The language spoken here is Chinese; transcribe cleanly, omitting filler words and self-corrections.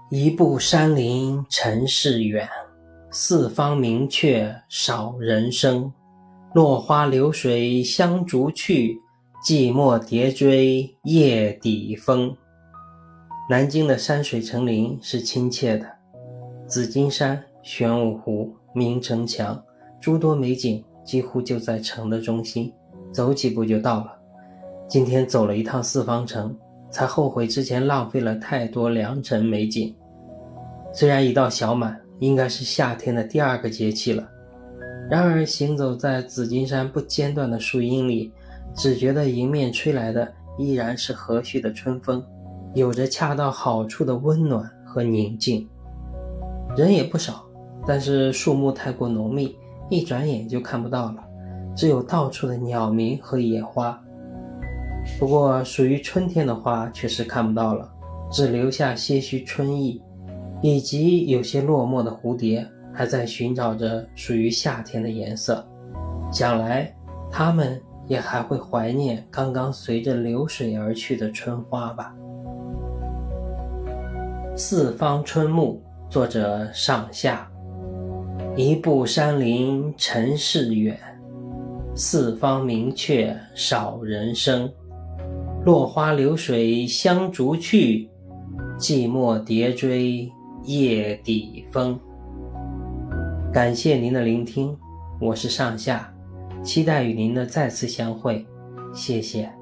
一步山林尘世远，四方明确少人声。落花流水香逐去，寂寞叠追夜底风。南京的山水城林是亲切的，紫金山、玄武湖、明城墙，诸多美景几乎就在城的中心，走几步就到了。今天走了一趟四方城，才后悔之前浪费了太多良辰美景。虽然一到小满，应该是夏天的第二个节气了，然而行走在紫金山不间断的树荫里，只觉得迎面吹来的依然是和煦的春风，有着恰到好处的温暖和宁静。人也不少，但是树木太过浓密，一转眼就看不到了，只有到处的鸟鸣和野花。不过属于春天的花确实看不到了，只留下些许春意，以及有些落寞的蝴蝶还在寻找着属于夏天的颜色。想来它们也还会怀念刚刚随着流水而去的春花吧。四方春暮，作者上下。一步山林尘世远，四方明确少人声。落花流水香逐去，寂寞叠追夜底风。感谢您的聆听，我是上下，期待与您的再次相会，谢谢。